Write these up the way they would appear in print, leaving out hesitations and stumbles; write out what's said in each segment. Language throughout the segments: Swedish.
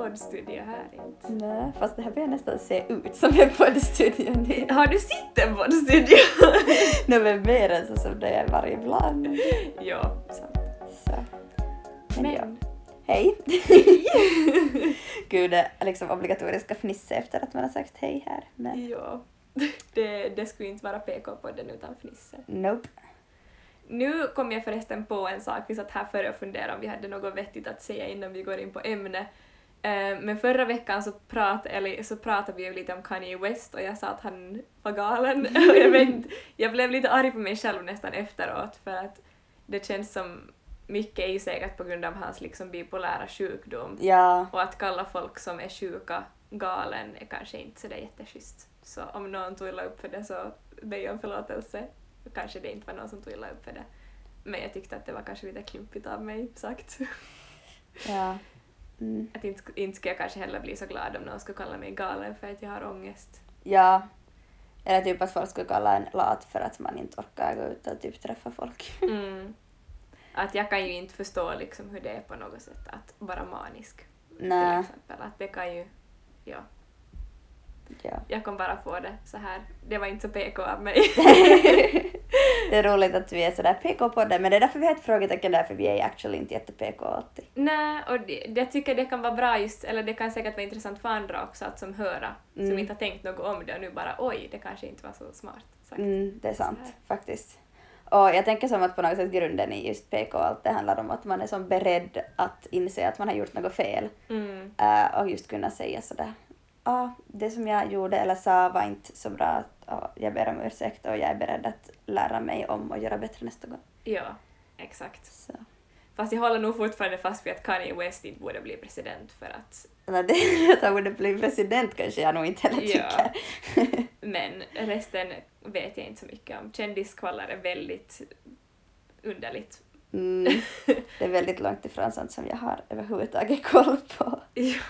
poddstudio här inte. Nej, fast det här börjar nästan se ut som en poddstudio nu. Har du sett en poddstudio? Nu är mer än så som det är varje ibland. Ja, sant. Så. Men ja. Men, Hej! Gud, det är liksom obligatoriska fnissa efter att man har sagt hej här. Men ja. Det skulle inte vara PK-podden utan fnisser. nope. Nu kom jag förresten på en sak. Vi satt här före och funderade om vi hade något vettigt att säga innan vi går in på ämne. Men förra veckan så pratade vi ju lite om Kanye West och jag sa att han var galen. Och jag blev lite arg på mig själv nästan efteråt för att det känns som mycket är ju säkert på grund av hans liksom bipolära sjukdom. Ja. Och att kalla folk som är sjuka galen är kanske inte så där jätteschysst. Så om någon tog illa upp för det så ber jag om förlåtelse. Kanske det inte var någon som tog illa upp för det. Men jag tyckte att det var kanske lite klumpigt av mig sagt. Ja. Mm. Att inte ska jag kanske heller bli så glad om någon skulle kalla mig galen för att jag har ångest. Ja. Eller typ att folk skulle kalla en lat för att man inte orkar gå ut och typ träffa folk. Mm. Att jag kan ju inte förstå liksom hur det är på något sätt att vara manisk. Nej. Till exempel. Att det kan ju... Ja. Ja. Jag kom bara på det så här. Det var inte så PK av mig. Det är roligt att vi är sådär PK-podden, men det är därför vi har ett frågetecken där, för vi är actually inte jätte-PK alltid. Nej, och jag tycker det kan vara bra just, eller det kan säkert vara intressant för andra också att som höra, som inte har tänkt något om det och nu bara oj, det kanske inte var så smart sagt. Det är sant faktiskt. Och jag tänker som att på något sätt grunden i just PK allt det handlar om att man är som beredd att inse att man har gjort något fel. Och just kunna säga sådär, det som jag gjorde eller sa var inte så bra, jag ber om ursäkt och jag är beredd att lära mig om och göra bättre nästa gång. Ja, exakt. Så. Fast jag håller nog fortfarande fast vid att Kanye West inte borde bli president för att... Eller det att han borde bli president kanske jag nog inte heller tycker. Ja. Men resten vet jag inte så mycket om. Kändiskvallar är väldigt underligt. Det är väldigt långt ifrån sånt som jag har överhuvudtaget koll på. Ja.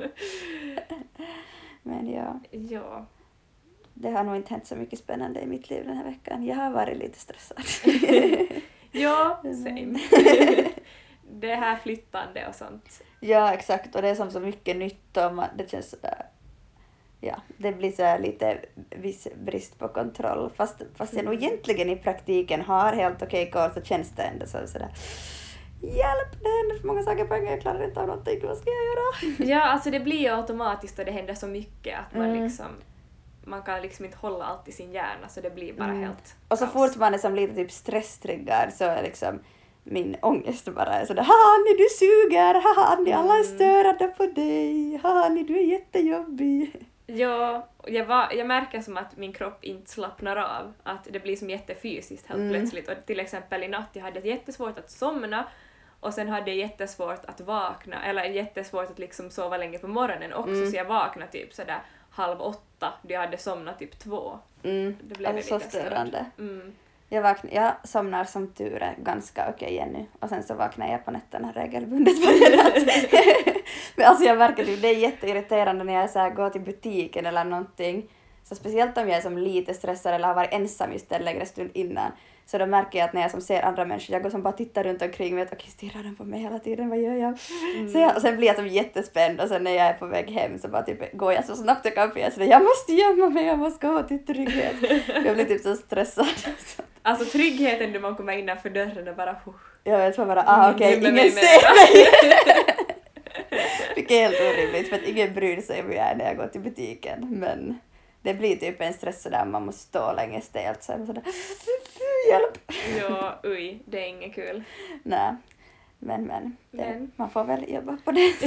Men ja, Ja. det har nog inte hänt så mycket spännande i mitt liv den här veckan. Jag har varit lite stressad. Ja, same. Det här flyttande och sånt. Ja, exakt. Och det är som så mycket nytt och det känns sådär... Ja, det blir så här lite viss brist på kontroll. Fast jag nog egentligen i praktiken har helt okej koll, så känns det ändå sådär... Hjälp, det händer för många saker på en gång, jag klarar inte av någonting, vad ska jag göra? Ja, alltså det blir ju automatiskt och det händer så mycket att man liksom... Man kan liksom inte hålla allt i sin hjärna så det blir bara helt Och så kaos. fort man är som lite typ stresstriggad så är liksom min ångest bara sådär, haha Annie du suger, haha Annie alla är störande på dig, haha Annie du är jättejobbig. Ja, jag märker som att min kropp inte slappnar av. Att det blir som jättefysiskt helt plötsligt. Och till exempel i natt, jag hade jättesvårt att somna. Och sen hade jag jättesvårt att vakna. Eller jättesvårt att liksom sova länge på morgonen också. Så jag vaknade typ sådär 7:30. Jag hade somnat typ 2. Det blev Alltså lite störande. Jag somnar som tur är ganska okej igen nu. Och sen så vaknar jag på nätterna regelbundet varje natt. Men alltså jag märker att det är jätteirriterande när jag så här går till butiken eller någonting. Så speciellt om jag är som lite stressad eller har varit ensam just en längre stund innan. Så då märker jag att när jag som ser andra människor, jag går som bara tittar runt omkring mig och okej, stirrar den på mig hela tiden, vad gör jag? Och sen blir jag som jättespänd och sen när jag är på väg hem så bara typ går jag så snabbt jag kan för jag måste gömma mig, jag måste gå till trygghet. Jag blir typ så stressad. Alltså tryggheten när man kommer innanför dörren och bara... Jag vet bara, okej, ingen ser mig. Det är helt orimligt för att ingen bryr sig om jag är när jag går till butiken. Men det blir typ en stress sådär, man måste stå länge stelt så är sådär, hjälp. Ja, det är inget kul. Nej, men. Man får väl jobba på det.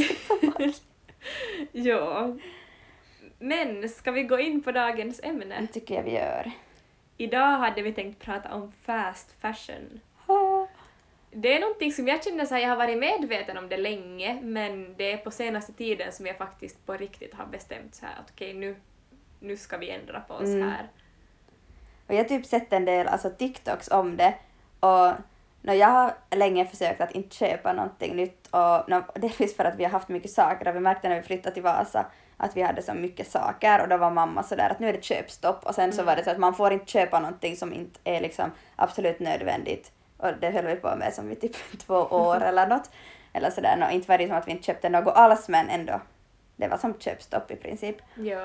Ja. Men ska vi gå in på dagens ämne? Det tycker jag vi gör. Idag hade vi tänkt prata om fast fashion. Det är någonting som jag känner så här, jag har varit medveten om det länge, men det är på senaste tiden som jag faktiskt på riktigt har bestämt så här att okej, nu ska vi ändra på oss här. Och jag har typ sett en del TikToks om det och jag har länge försökt att inte köpa någonting nytt och delvis för att vi har haft mycket saker och vi märkte när vi flyttade till Vasa att vi hade så mycket saker och då var mamma sådär att nu är det köpstopp och sen så var det så att man får inte köpa någonting som inte är liksom absolut nödvändigt och det höll vi på med som i typ 2 år eller något eller sådär, inte var det som att vi inte köpte något alls men ändå det var som köpstopp i princip. Ja.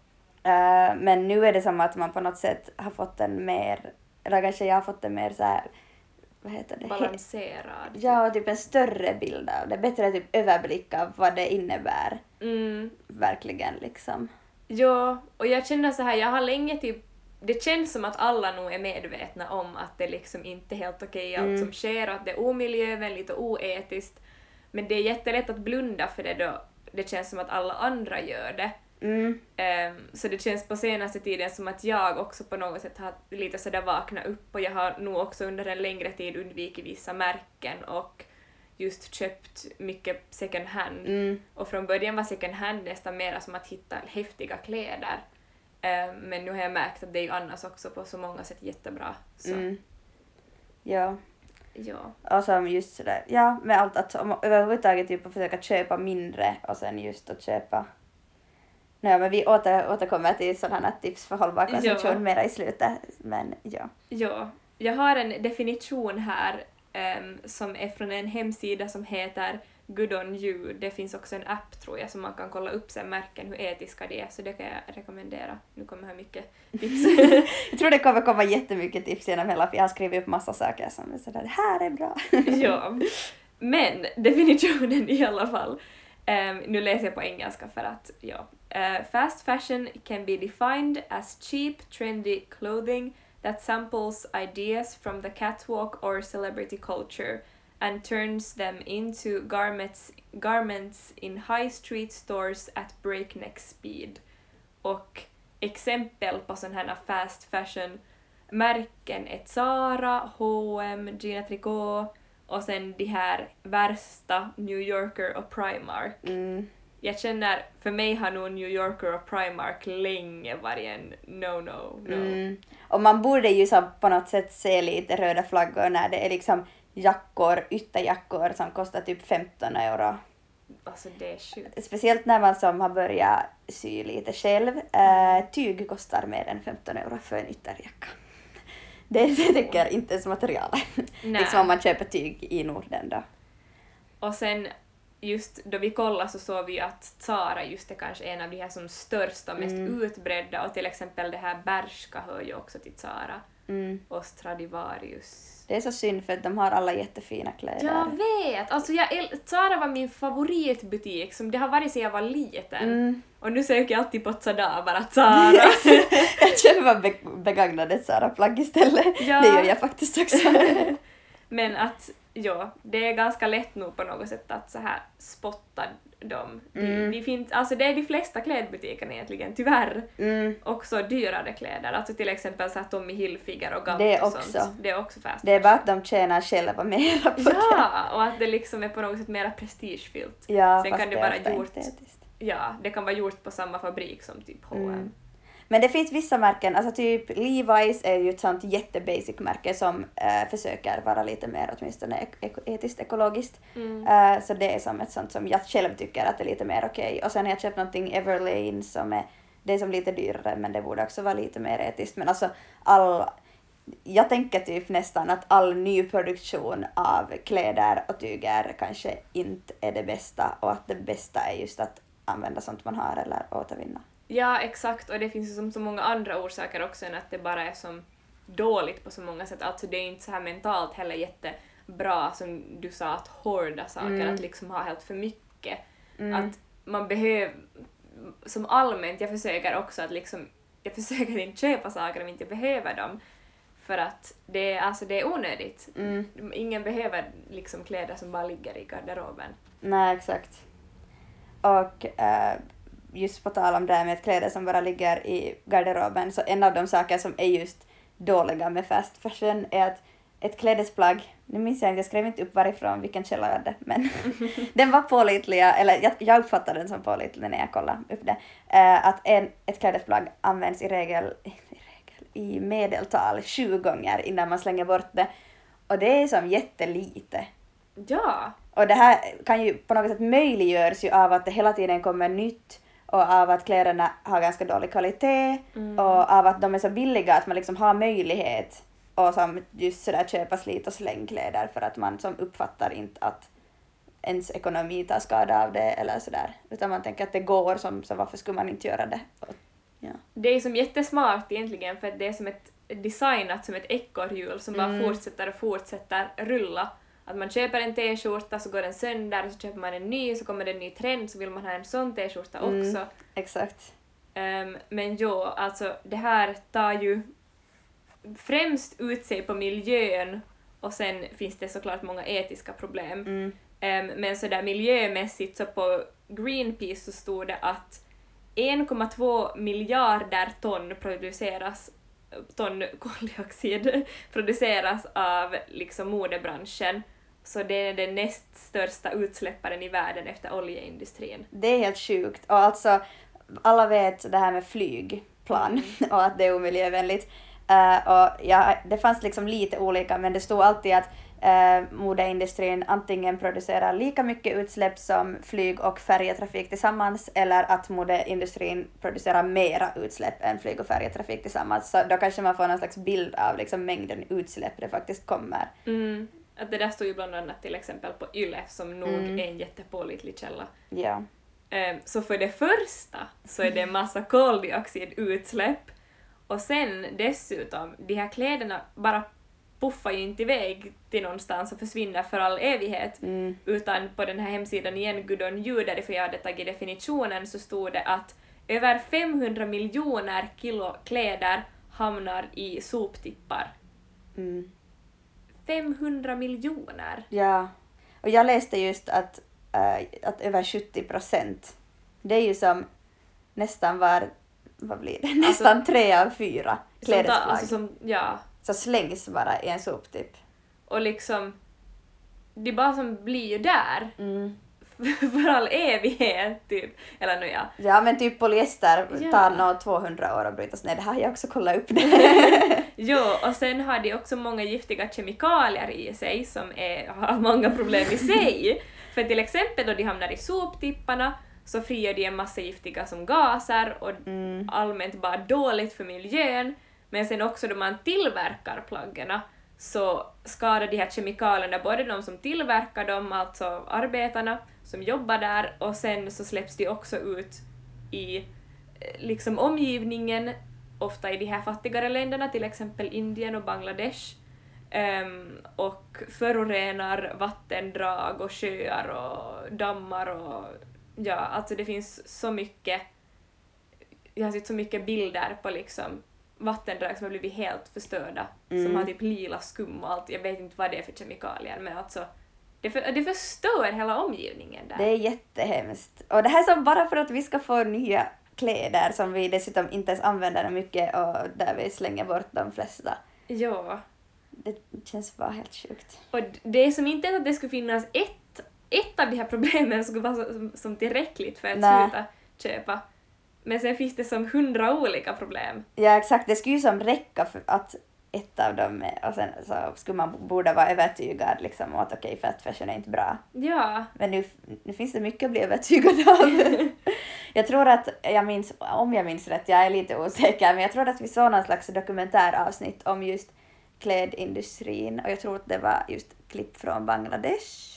Men nu är det som att man på något sätt har fått en mer, eller kanske jag har fått en mer så här, vad heter det? Balanserad. Ja, typ en större bild av det. Bättre typ överblick av vad det innebär. Verkligen liksom. Ja, och jag känner så här, jag har länge typ, det känns som att alla nog är medvetna om att det liksom inte är helt okej allt som sker och att det är omiljövänligt och oetiskt. Men det är jättelätt att blunda för det då det känns som att alla andra gör det. Så det känns på senaste tiden som att jag också på något sätt har lite sådär vaknat upp och jag har nog också under en längre tid undvikit vissa märken och just köpt mycket second hand. Och från början var second hand nästan mer som att hitta häftiga kläder. Men nu har jag märkt att det är ju annars också på så många sätt jättebra. Så. Ja. Ja. Och som just sådär, ja, med allt att överhuvudtaget typ att försöka köpa mindre och sen just att köpa. Nej, men vi återkommer till sådana tips för hållbar konsumtion mera i slutet. Men ja. Ja, jag har en definition här som är från en hemsida som heter Good on You. Det finns också en app tror jag som man kan kolla upp sen märken hur etiska det är, så det kan jag rekommendera. Nu kommer här mycket tips. Jag tror det kommer komma jättemycket tips genom hela, för jag har skrivit upp massa saker som är sådär, det här är bra. Ja, men definitionen i alla fall. Nu läser jag på engelska för att, ja. Fast fashion can be defined as cheap, trendy clothing that samples ideas from the catwalk or celebrity culture and turns them into garments in high street stores at breakneck speed. Och exempel på sådana här fast fashion-märken är Zara, H&M, Gina Tricot och sen de här värsta New Yorker och Primark. Jag känner, för mig har nog New Yorker och Primark länge varit en no. Och man borde ju så på något sätt se lite röda flaggor när det är liksom ytterjackor som kostar typ 15 euro. Alltså det är sjukt. Speciellt när man som har börjat sy lite själv. Tyg kostar mer än 15 euro för en ytterjacka. Det tycker inte ens materialet. Liksom om man köper tyg i Norden då. Och sen just då vi kollade så såg vi att Zara just är kanske en av de här som största och mest utbredda, och till exempel det här Bershka hör ju också till Zara. Och Stradivarius. Det är så synd för att de har alla jättefina kläder. Jag vet! Alltså Zara var min favoritbutik, som det har varit sedan jag var liten. Och nu söker jag alltid på Zara, bara Zara. Jag köper bara begagnade Zara-plagg istället. Ja. Det gör jag faktiskt också. Men att, ja, det är ganska lätt nog på något sätt att så här spotta dem. Det finns, alltså det är de flesta klädbutikerna egentligen, tyvärr. Också dyrare kläder. Alltså till exempel så här Tommy Hilfiger och Gap och sånt. Det är också fast. Det är bara att de tjänar själva mera på det. Ja, och att det liksom är på något sätt mera prestigefyllt. Ja, sen fast kan det är vara gjort. etiskt. Ja, det kan vara gjort på samma fabrik som typ H&M. Men det finns vissa märken, alltså typ Levi's är ju ett sånt jättebasic märke som försöker vara lite mer åtminstone etiskt ekologiskt. Så det är som ett sånt som jag själv tycker att det är lite mer okej. Och sen har jag köpt någonting Everlane som det är som lite dyrare, men det borde också vara lite mer etiskt. Men alltså jag tänker typ nästan att all nyproduktion av kläder och tyger kanske inte är det bästa, och att det bästa är just att använda sånt man har eller återvinna. Ja, exakt. Och det finns ju som så många andra orsaker också än att det bara är som dåligt på så många sätt. Alltså det är inte så här mentalt heller jättebra som du sa, att hårda saker, att liksom ha helt för mycket. Att man behöver, som allmänt, jag försöker också att liksom, jag försöker inte köpa saker om inte jag behöver dem. För att det är onödigt. Ingen behöver liksom kläder som bara ligger i garderoben. Nej, exakt. Och just på tal om det här med kläder som bara ligger i garderoben, så en av de saker som är just dåliga med fast fashion är att ett klädesplagg, nu minns jag skrev inte upp varifrån, vilken källa jag hade, men den var pålitliga, eller jag uppfattade den som pålitlig när jag kollade upp det, att ett klädesplagg används i medeltal 7 gånger innan man slänger bort det, och det är som jättelite. Ja. Och det här kan ju på något sätt möjliggörs ju av att det hela tiden kommer nytt, och av att kläderna har ganska dålig kvalitet, och av att de är så billiga att man liksom har möjlighet och som just sådär köpa slit och slängkläder, för att man som uppfattar inte att ens ekonomi tar skada av det eller sådär. Utan man tänker att det går så varför skulle man inte göra det? Ja. Det är som jättesmart egentligen för att det är som ett designat som ett ekorrhjul som bara fortsätter och fortsätter rulla. Att man köper en t-skjorta så går den sönder och så köper man en ny så kommer det en ny trend så vill man ha en sån t-skjorta också. Exakt. Men jo, alltså det här tar ju främst ut sig på miljön och sen finns det såklart många etiska problem. Men så där miljömässigt så på Greenpeace så stod det att 1,2 miljarder ton koldioxid produceras av liksom modebranschen. Så det är den näst största utsläpparen i världen efter oljeindustrin. Det är helt sjukt. Och alltså, alla vet det här med flygplan och att det är omiljövänligt. Och ja, det fanns liksom lite olika, men det stod alltid att modeindustrin antingen producerar lika mycket utsläpp som flyg och färjetrafik tillsammans eller att modeindustrin producerar mera utsläpp än flyg och färjetrafik tillsammans. Så då kanske man får någon slags bild av liksom mängden utsläpp det faktiskt kommer. Att det där står ju bland annat till exempel på YLE som nog är en jättepålitlig källa. Ja. Så för det första så är det en massa koldioxidutsläpp och sen dessutom, de här kläderna bara puffar ju inte iväg till någonstans och försvinner för all evighet. Utan på den här hemsidan igen, Gudon Juder, för jag hade tagit definitionen, så stod det att över 500 miljoner kilo kläder hamnar i soptippar. 500 miljoner? Ja, och jag läste just att över 70%, det är ju som nästan vad blir det? Nästan 3 av 4 klädesplagg. Så slängs bara i en soptipp. Och liksom, det bara som blir där för all evighet, typ. Eller nu ja. Ja, men typ polyester tar nog 200 år att brytas ner. Det har jag också kollat upp det. Jo, och sen har de också många giftiga kemikalier i sig som har många problem i sig. För till exempel då de hamnar i soptipparna så frigör de en massa giftiga som gaser och allmänt bara dåligt för miljön. Men sen också då man tillverkar plaggarna så skadar de här kemikalierna både de som tillverkar dem, alltså arbetarna som jobbar där, och sen så släpps de också ut i liksom omgivningen, ofta i de här fattigare länderna, till exempel Indien och Bangladesh, och förorenar vattendrag och sjöar och dammar och ja, alltså det finns så mycket, jag har sett så mycket bilder på liksom vattendrag som har blivit helt förstörda, som har typ lila skum och allt, jag vet inte vad det är för kemikalier, men alltså det förstör hela omgivningen där. Det är jättehemskt. Och det här är bara för att vi ska få nya kläder som vi dessutom inte ens använder mycket och där vi slänger bort de flesta. Ja. Det känns bara helt sjukt. Och det är som inte att det skulle finnas ett av de här problemen skulle vara som tillräckligt för att sluta köpa. Men sen finns det som 100 olika problem. Ja, exakt. Det skulle ju som räcka för att ett av dem är, och sen så skulle man borde vara övertygad liksom, att okej, fast fashion är inte bra. Ja. Men nu finns det mycket att bli övertygad av. Jag tror att, om jag minns rätt, jag är lite osäker, men jag tror att vi såg någon slags dokumentäravsnitt om just klädindustrin, och jag tror att det var just klipp från Bangladesh.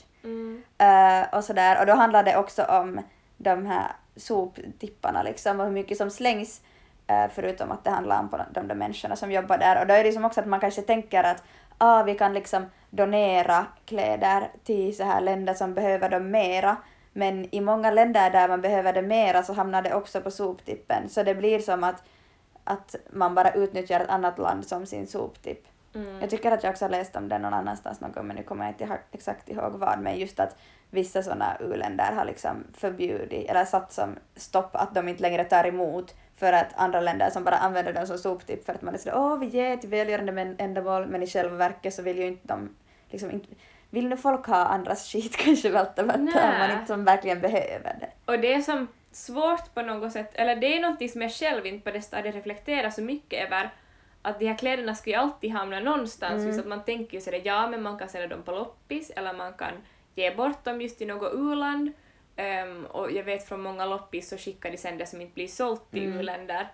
Och sådär, och då handlade det också om de här soptipparna liksom, och hur mycket som slängs, förutom att det handlar om de människorna som jobbar där. Och då är det som också att man kanske tänker att vi kan liksom donera kläder till så här länder som behöver dem mera, men i många länder där man behöver det mera så hamnar det också på soptippen, så det blir som att man bara utnyttjar ett annat land som sin soptipp. Jag tycker att jag också har läst om det någon annanstans någon gång, men nu kommer jag inte exakt ihåg vad, men just att vissa sådana u-länder har liksom förbjudit eller satt som stopp att de inte längre tar emot, för att andra länder som bara använder dem som soptipp för att man är sådär, vi ger till välgörande ändamål, men i själva verket så vill ju inte de liksom inte, vill nu folk ha andras skit kanske väl om man inte som verkligen behöver det. Och det är som svårt på något sätt, eller det är någonting som jag själv inte på det stadiet reflekterar så mycket över, att de här kläderna ska ju alltid hamna någonstans, så att man tänker ju sådär, men man kan sälja dem på loppis eller man kan ge bort dem just i något u-land. Och jag vet från många loppis så skickar de sen det som inte blir sålt till u-länder.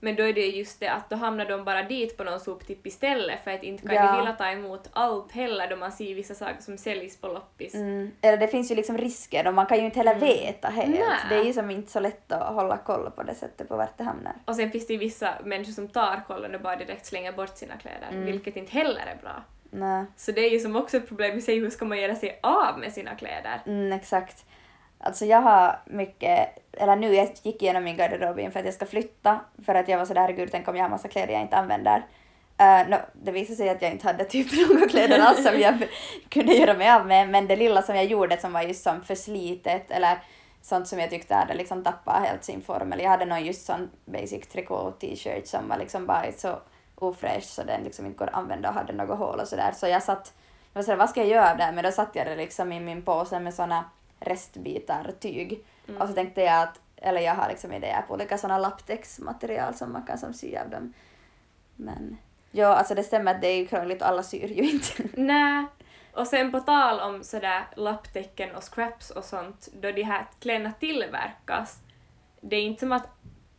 Men då är det just det att då hamnar de bara dit på någon soptipp istället för att inte kan Ja. de vilja ta emot allt heller då man ser vissa saker som säljs på loppis. Eller det finns ju liksom risker och man kan ju inte heller veta helt. Nej. Det är ju som inte så lätt att hålla koll på det sättet på vart det hamnar. Och sen finns det ju vissa människor som tar kollen och bara direkt slänger bort sina kläder, vilket inte heller är bra. Nej. Så det är ju som också ett problem i sig, hur ska man göra sig av med sina kläder? Exakt. Alltså jag har mycket, eller nu jag gick igenom min garderob för att jag ska flytta, för att jag var sådär, herregud, tänk om jag har massa kläder jag inte använder. Det visade sig att jag inte hade typ några kläder alls som jag kunde göra mig av med, men det lilla som jag gjorde som var just som förslitet eller sånt som jag tyckte hade liksom tappat helt sin form. Eller jag hade någon just sån basic trikå t-shirt som var liksom bara så ofräsch så den liksom inte går att använda och hade något hål och sådär. Så jag var sådär, vad ska jag göra av det här? Men då satt jag det liksom i min påse med såna restbitar tyg. Och så tänkte jag att, eller jag har liksom idéer på olika såna lapptäcksmaterial som man kan som sy av dem. Men ja, alltså det stämmer att det är ju krångligt och alla syr ju inte. Nej. Och sen på tal om sådär lapptäcken och scraps och sånt, då de här kläderna tillverkas, det är inte som att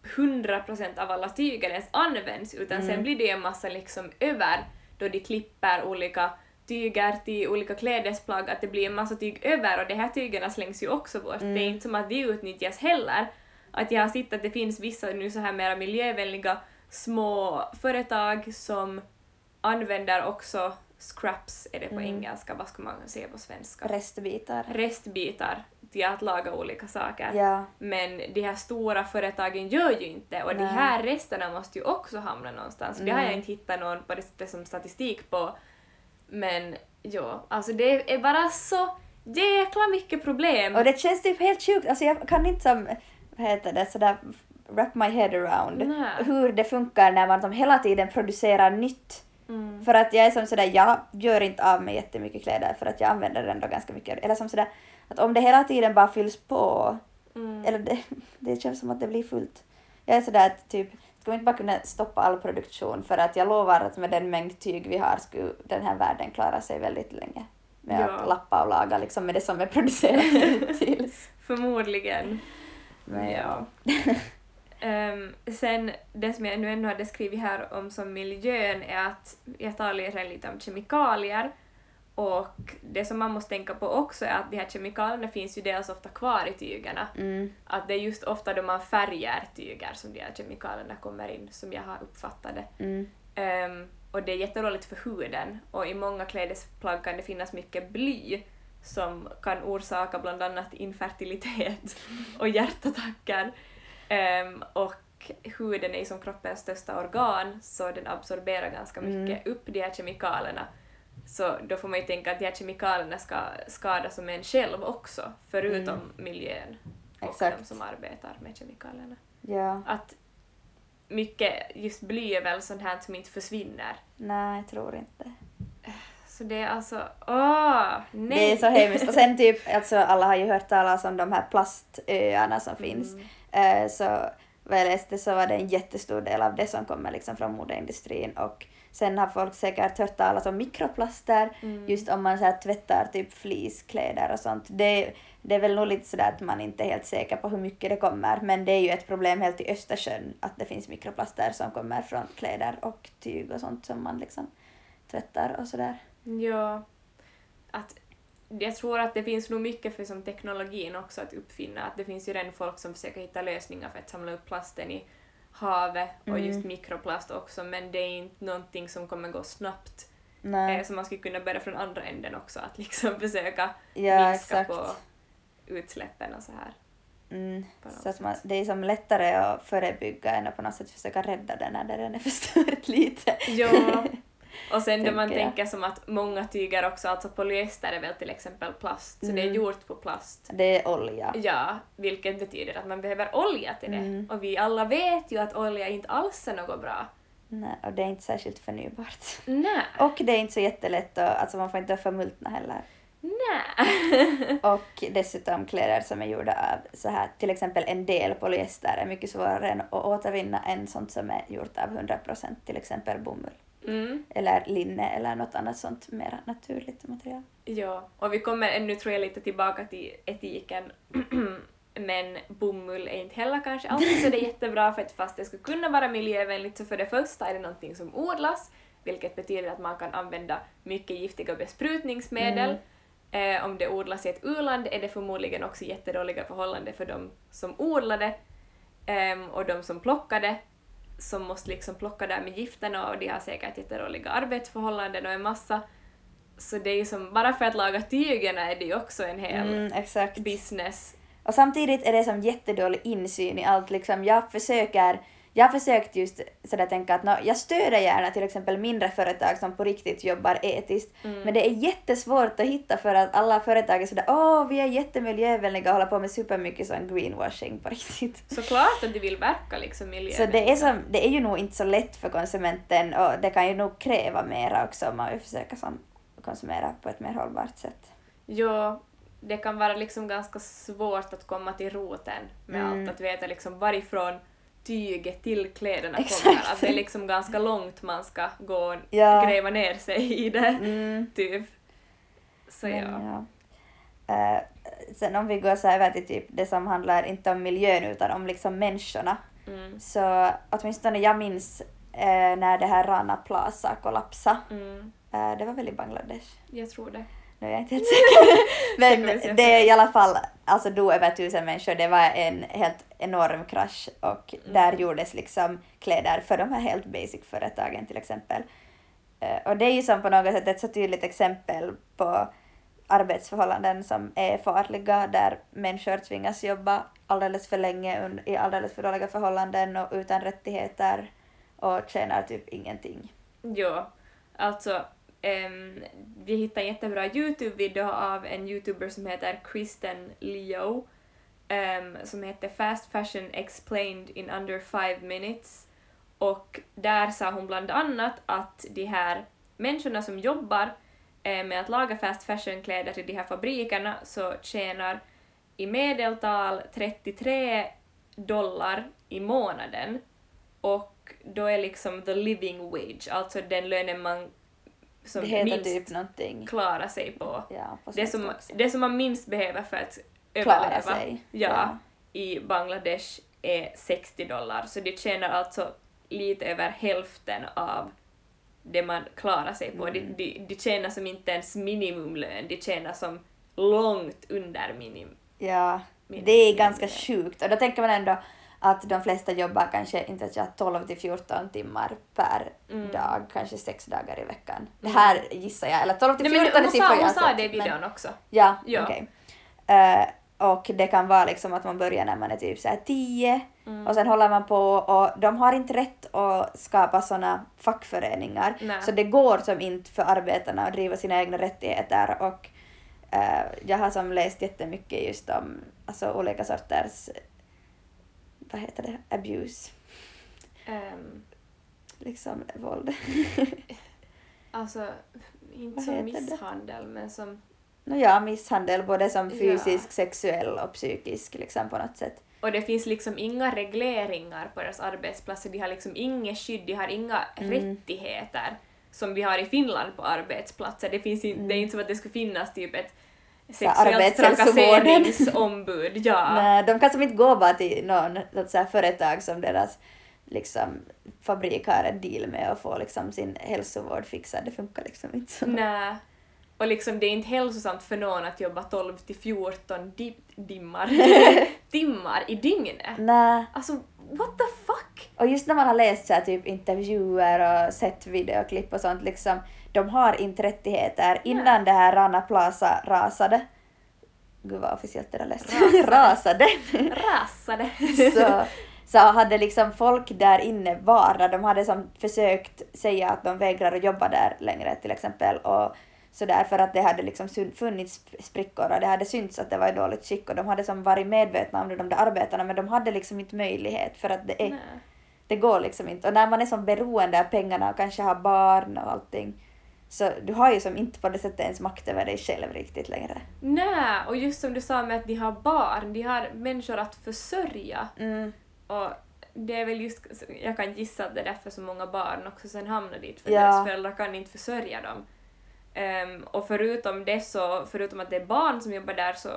100% av alla tygen ens används, utan sen blir det en massa liksom över då de klipper olika tyger till olika klädesplagg, att det blir en massa tyg över och de här tygerna slängs ju också bort. Det är inte som att de utnyttjas heller. Att jag har sett att det finns vissa nu så här mer miljövänliga små företag som använder också scraps, är det på engelska, vad ska man säga på svenska? Restbitar till att laga olika saker. Ja. Men de här stora företagen gör ju inte, och de här resterna måste ju också hamna någonstans. Det har jag inte hittat någon på det som statistik på. Men ja, alltså det är bara så jäkla mycket problem. Och det känns typ helt sjukt, alltså jag kan inte som, vad heter det, sådär wrap my head around hur det funkar när man hela tiden producerar nytt. För att jag är som sådär, jag gör inte av med jättemycket kläder för att jag använder ändå ganska mycket. Eller som sådär, att om det hela tiden bara fylls på, eller det känns som att det blir fullt. Jag är sådär att typ, ska vi inte bara kunna stoppa all produktion, för att jag lovar att med den mängd tyg vi har skulle den här världen klara sig väldigt länge. Med att lappa och laga liksom med det som är producerat tills. Förmodligen. Men ja. Sen det som jag nu ännu hade skrivit här om som miljön är att jag talar lite om kemikalier, och det som man måste tänka på också är att de här kemikalierna finns ju dels ofta kvar i tygerna. Att det är just ofta då man färgar tyger som de här kemikalierna kommer in, som jag har uppfattat det. Och det är jätteroligt för huden, och i många klädesplagg kan det finnas mycket bly som kan orsaka bland annat infertilitet och hjärtattacker. Och huden är ju som kroppens största organ, så den absorberar ganska mycket upp de här kemikalierna. Så då får man ju tänka att de här kemikalierna ska skada som en själv också, förutom miljön och de som arbetar med kemikalierna. Ja. Att mycket just bly är väl sånt här som inte försvinner. Nej, jag tror inte. Så det är alltså, nej! Det är så hemskt. Och sen typ, alltså alla har ju hört talas om de här plastöarna som finns. Så vad jag läste så var det en jättestor del av det som kommer liksom från modeindustrin, och sen har folk säkert hört talas om mikroplaster, just om man så här tvättar typ fleecekläder och sånt. Det är väl nog lite sådär att man inte är helt säker på hur mycket det kommer, men det är ju ett problem helt i Östersjön att det finns mikroplaster som kommer från kläder och tyg och sånt som man liksom tvättar och sådär. Ja, att jag tror att det finns nog mycket för som teknologin också att uppfinna. Att det finns ju redan folk som försöker hitta lösningar för att samla upp plasten i havet och just mikroplast också, men det är inte någonting som kommer gå snabbt. Så man skulle kunna börja från andra änden också, att liksom försöka minska på utsläppen och så här. Så att det är som lättare att förebygga än att på något sätt försöka rädda den när den är förstört lite. Ja. Och sen när man tänker som att många tyger också, alltså polyester är väl till exempel plast, så det är gjort på plast. Det är olja. Ja, vilket betyder att man behöver olja till det. Och vi alla vet ju att olja inte alls är något bra. Nej, och det är inte särskilt förnybart. Nej. Och det är inte så jättelätt, alltså man får inte förmultna heller. Nej. Och dessutom kläder som är gjorda av så här, till exempel en del polyester är mycket svårare att återvinna än sånt som är gjort av 100%, till exempel bomull. Eller linne eller något annat sånt mer naturligt material. Ja, och vi kommer ännu tror jag lite tillbaka till etiken Men bomull är inte heller kanske alltid så det är jättebra för att fast det skulle kunna vara miljövänligt så för det första är det någonting som odlas, vilket betyder att man kan använda mycket giftiga besprutningsmedel. Om det odlas i ett u-land är det förmodligen också jättedåliga förhållanden för de som odlade och de som plockade, som måste liksom plocka där med gifterna och de har säkert jättedåliga arbetsförhållanden och en massa. Så det är ju som, bara för att laga tygerna är det ju också en hel business. Och samtidigt är det som jättedålig insyn i allt. Liksom, jag har försökt just sådär tänka att jag stöder gärna till exempel mindre företag som på riktigt jobbar etiskt. Men det är jättesvårt att hitta för att alla företag är sådär vi är jättemiljövänliga och håller på med supermycket sån greenwashing på riktigt. Såklart att de vill verka liksom miljövänliga. Så det är ju nog inte så lätt för konsumenten och det kan ju nog kräva mera också om man vill försöka konsumera på ett mer hållbart sätt. Ja, det kan vara liksom ganska svårt att komma till roten med allt, att veta liksom varifrån tyget till kläderna kommer. Att det är liksom ganska långt man ska gå och gräva ner sig i det. Typ. Så sen om vi går så över till typ det som handlar inte om miljön utan om liksom människorna. Så åtminstone jag minns när det här Rana Plaza kollapsade. Det var väl i Bangladesh? Jag tror det. Nu är jag inte helt säker. Men det är i alla fall, alltså dog över 1000 människor. Det var en helt enorm krasch och där gjordes liksom kläder för de här helt basic företagen till exempel. Och det är ju som på något sätt ett så tydligt exempel på arbetsförhållanden som är farliga där människor tvingas jobba alldeles för länge i alldeles för dåliga förhållanden och utan rättigheter och tjänar typ ingenting. Ja, alltså vi hittade en jättebra YouTube-video av en YouTuber som heter Kristen Leo som heter Fast Fashion Explained in Under 5 Minutes och där sa hon bland annat att de här människorna som jobbar med att laga fast fashion-kläder till de här fabrikerna så tjänar i medeltal $33 i månaden och då är liksom the living wage, alltså den lönen man som minst typ någonting. Klara sig på. Ja, på det som man minst behöver för att klara överleva sig. I Bangladesh är $60. Så de tjänar alltså lite över hälften av det man klarar sig på. De tjänar som inte ens minimumlön. De tjänar som långt under minimum. Ja, det är ganska sjukt. Och då tänker man ändå att de flesta jobbar kanske inte 12 till 14 timmar per dag, kanske 6 dagar i veckan. Det här gissar jag, eller 12 till 14 siffror jag hon sa det i videon också. Ja. Okej. Och det kan vara liksom att man börjar när man är typ så här 10 och sen håller man på och de har inte rätt att skapa såna fackföreningar. Nej. Så det går som inte för arbetarna att driva sina egna rättigheter och jag har som läst jättemycket just om alltså olika sorters vad heter det? Abuse. Liksom våld. Alltså, inte som misshandel, men som... misshandel, både som fysisk, sexuell och psykisk liksom på något sätt. Och det finns liksom inga regleringar på deras arbetsplatser, de har liksom inget skydd, de har inga rättigheter som vi har i Finland på arbetsplatser. Det finns inte, det är inte som att det skulle finnas typ ett sexuellt trakasseringsombud. Nej, de kan som inte gå bara till någon så här företag som deras liksom fabrik har en deal med och få liksom sin hälsovård fixad. Det funkar liksom inte så. Nej. Och liksom det är inte hälsosamt för någon att jobba 12 till 14 timmar i dygnet. Nej. Alltså, what the fuck? Och just när man har läst så här, typ intervjuer och sett videoklipp och sånt liksom, de har inte rättigheter. Innan det här Rana Plaza rasade. Gud vad officiellt det där läst. Rasade. Så hade liksom folk där inne varnat. De hade som försökt säga att de vägrar att jobba där längre till exempel. Och så där för att det hade liksom funnits sprickor och det hade synts att det var i dåligt skick. Och de hade som varit medvetna om det, de där arbetarna, men de hade liksom inte möjlighet för att det går liksom inte. Och när man är som beroende av pengarna och kanske har barn och allting, så du har ju som inte på det sättet ens makt över dig själv riktigt längre. Nej, och just som du sa med att de har barn, de har människor att försörja. Och det är väl just, jag kan gissa att det är därför så många barn också sen hamnar dit, för deras föräldrar kan inte försörja dem. Och förutom att det är barn som jobbar där så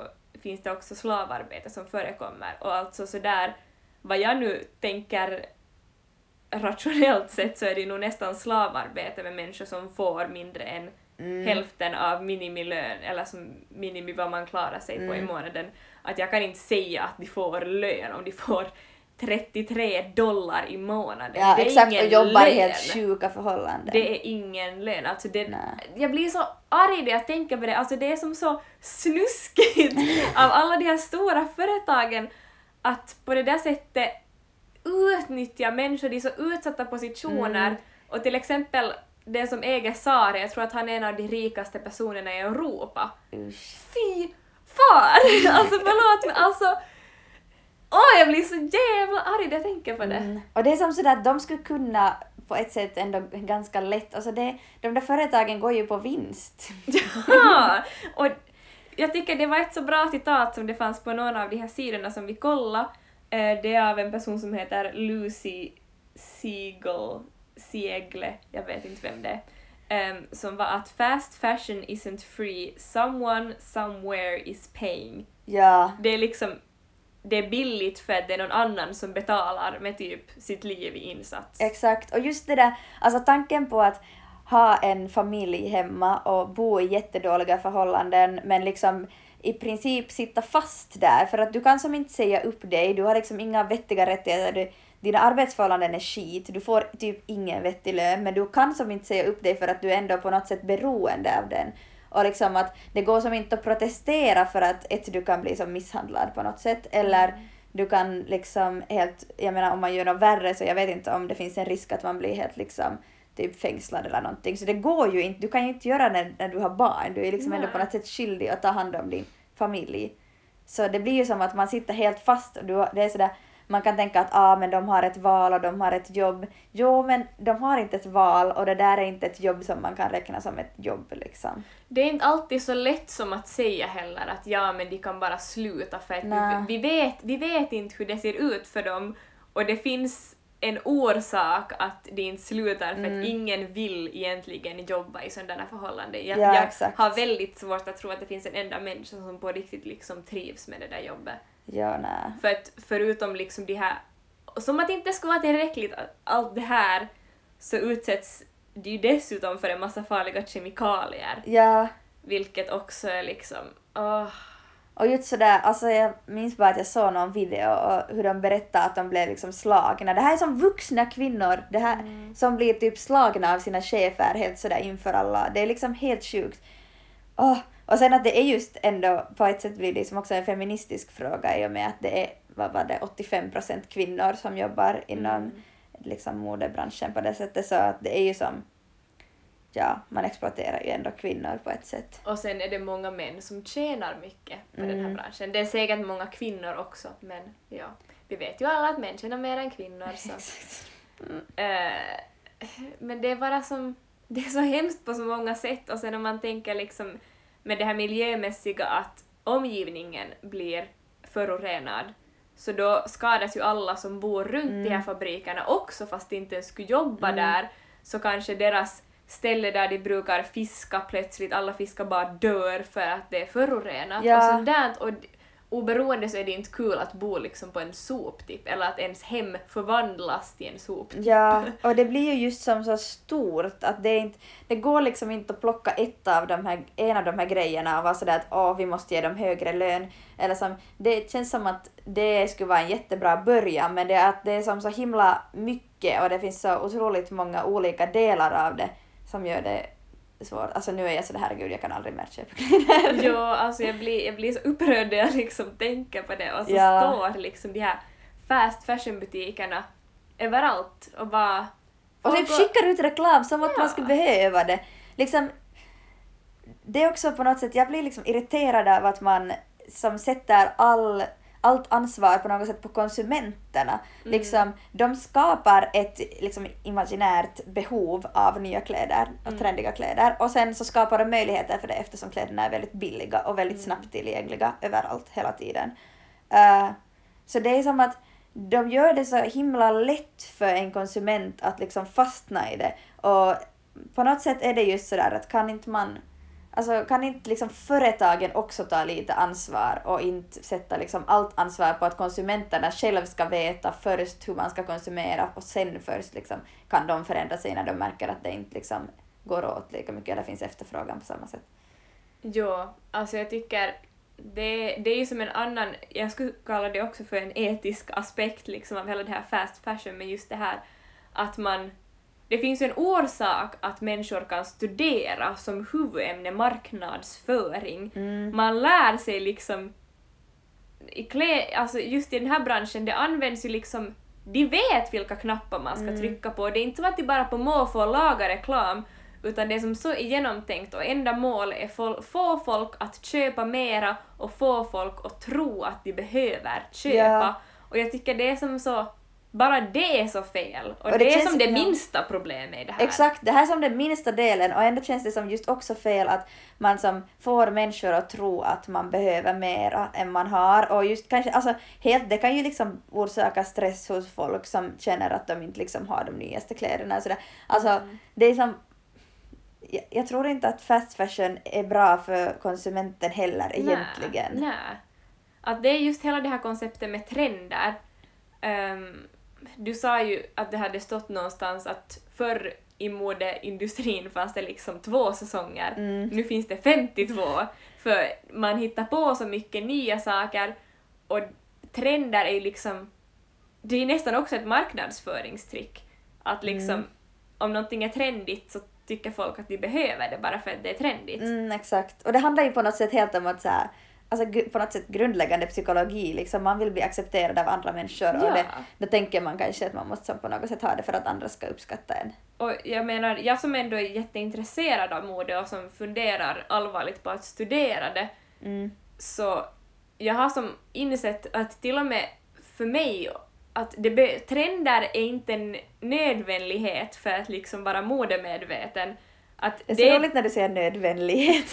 finns det också slavarbete som förekommer. Och alltså sådär, vad jag nu tänker rationellt sett så är det nog nästan slavarbete med människor som får mindre än hälften av minimilön, eller som minimi vad man klarar sig på i månaden. Att jag kan inte säga att de får lön om de får $33 i månaden. Ja, det är exakt, ingen och jobbar lön. i helt sjuka förhållanden. Det är ingen lön. Alltså jag blir så arg när jag tänker på det. Alltså det är som så snuskigt av alla de här stora företagen att på det där sättet utnyttja människor i så utsatta positioner. Och till exempel den som äger Sari, jag tror att han är en av de rikaste personerna i Europa. Usch. Fy fan! Alltså förlåt, men alltså jag blir så jävla arg när jag tänker på det. Och det är som sådär att de skulle kunna på ett sätt ändå ganska lätt, alltså de där företagen går ju på vinst. Ja, och jag tycker det var ett så bra citat som det fanns på någon av de här sidorna som vi kollade. Det är av en person som heter Lucy Siegle, jag vet inte vem det är, som var att fast fashion isn't free, someone somewhere is paying. Ja. Det är liksom, det är billigt för att det är någon annan som betalar med typ sitt liv i insats. Exakt, och just det där, alltså tanken på att ha en familj hemma och bo i jättedåliga förhållanden men liksom i princip sitta fast där för att du kan som inte säga upp dig, du har liksom inga vettiga rättigheter, dina arbetsförhållanden är skit, du får typ ingen vettig lön men du kan som inte säga upp dig för att du är ändå på något sätt beroende av den. Och liksom att det går som inte att protestera för att du kan bli som misshandlad på något sätt eller du kan liksom helt, jag menar om man gör något värre så jag vet inte om det finns en risk att man blir helt liksom typ fängslad eller någonting. Så det går ju inte, du kan ju inte göra när du har barn. Du är liksom ändå på något sätt skyldig att ta hand om din familj. Så det blir ju som att man sitter helt fast och det är sådär, man kan tänka att men de har ett val och de har ett jobb. Jo, men de har inte ett val och det där är inte ett jobb som man kan räkna som ett jobb liksom. Det är inte alltid så lätt som att säga heller att men de kan bara sluta för att vi vet inte hur det ser ut för dem och det finns en orsak att de inte slutar för att ingen vill egentligen jobba i sådana förhållanden. Jag har väldigt svårt att tro att det finns en enda människa som på riktigt liksom trivs med det där jobbet. Ja, nej. För att förutom liksom de här, som att det inte skulle vara tillräckligt allt det här så utsätts det ju dessutom för en massa farliga kemikalier. Ja. Vilket också är liksom Och just sådär, alltså jag minns bara att jag såg någon video och hur de berättade att de blev liksom slagna. Det här är som vuxna kvinnor, det här som blir typ slagna av sina chefer helt sådär inför alla. Det är liksom helt sjukt. Och sen att det är just ändå på ett sätt blir det liksom också en feministisk fråga i och med att det är, 85% kvinnor som jobbar inom liksom modebranschen på det sättet så att det är ju som man exploaterar ju ändå kvinnor på ett sätt. Och sen är det många män som tjänar mycket på den här branschen. Det är säkert många kvinnor också, men vi vet ju alla att män tjänar mer än kvinnor. Så. Men det är bara det är så hemskt på så många sätt och sen om man tänker liksom med det här miljömässiga att omgivningen blir förorenad så då skadas ju alla som bor runt de här fabrikerna också fast de inte ens skulle jobba där så kanske deras ställe där de brukar fiska plötsligt, alla fiskar bara dör för att det är förorenat och sådant och oberoende så är det inte kul att bo liksom på en soptipp eller att ens hem förvandlas till en soptipp. Ja, och det blir ju just som så stort att det går liksom inte att plocka en av de här grejerna och vara sådär att vi måste ge dem högre lön. Eller som, det känns som att det skulle vara en jättebra början men det är som så himla mycket och det finns så otroligt många olika delar av det som gör det svårt. Alltså nu är jag så det herregud, jag kan aldrig mer köpa kläder. Jo, alltså jag blir så upprörd när jag liksom tänker på det och så står liksom de här fast fashion butikerna överallt och bara... Och typ skickar ut reklam som att man skulle behöva det. Liksom, det är också på något sätt, jag blir liksom irriterad av att man som sätter allt ansvar på något sätt på konsumenterna. Liksom, de skapar ett liksom, imaginärt behov av nya kläder och trendiga kläder och sen så skapar de möjligheter för det eftersom kläderna är väldigt billiga och väldigt snabbt tillgängliga överallt hela tiden. Så det är som att de gör det så himla lätt för en konsument att liksom fastna i det och på något sätt är det just sådär att kan inte man Alltså kan inte liksom företagen också ta lite ansvar och inte sätta liksom allt ansvar på att konsumenterna själv ska veta först hur man ska konsumera och sen först liksom kan de förändra sig när de märker att det inte liksom går åt lika mycket eller finns efterfrågan på samma sätt. Ja, alltså jag tycker det är ju som en annan, jag skulle kalla det också för en etisk aspekt liksom av hela det här fast fashion, men just det här att det finns ju en orsak att människor kan studera som huvudämne marknadsföring. Man lär sig liksom alltså just i den här branschen, det används ju liksom, de vet vilka knappar man ska trycka på. Det är inte så att de bara på måfå lagar reklam, utan det som så är genomtänkt och enda mål är få folk att köpa mera och få folk att tro att de behöver köpa. Ja. Och jag tycker det är som så, bara det är så fel. Och det det är känns som det som- minsta problemet i det här. Exakt, det här är som den minsta delen och ändå känns det som just också fel att man som får människor att tro att man behöver mera än man har och just kanske, alltså helt, det kan ju liksom orsaka stress hos folk som känner att de inte liksom har de nyaste kläderna och sådär. Alltså det är som, jag tror inte att fast fashion är bra för konsumenten heller egentligen. Nej. Att det är just hela det här konceptet med trender. Du sa ju att det hade stått någonstans att förr i modeindustrin fanns det liksom 2 säsonger. Nu finns det 52. För man hittar på så mycket nya saker och trender är ju liksom, det är nästan också ett marknadsföringstrick. Att liksom, om någonting är trendigt så tycker folk att de behöver det bara för att det är trendigt. Exakt. Och det handlar ju på något sätt helt om att så här, alltså på något sätt grundläggande psykologi, liksom man vill bli accepterad av andra människor och då tänker man kanske att man måste på något sätt ha det för att andra ska uppskatta en. Och jag menar, jag som ändå är jätteintresserad av mode och som funderar allvarligt på att studera det, så jag har som insett att till och med för mig att trender är inte en nödvändighet för att liksom vara modemedveten. Att Det är så roligt när du säger nödvändighet.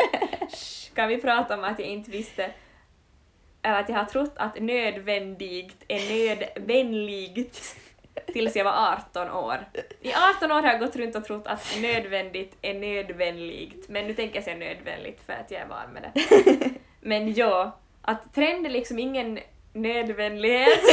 Kan vi prata om att jag inte visste, eller att jag har trott att nödvändigt är nödvändigt tills jag var 18 år. I 18 år har jag gått runt och trott att nödvändigt är nödvändigt, men nu tänker jag säga nödvändigt för att jag är van med det. Men ja, att trend är liksom ingen nödvändighet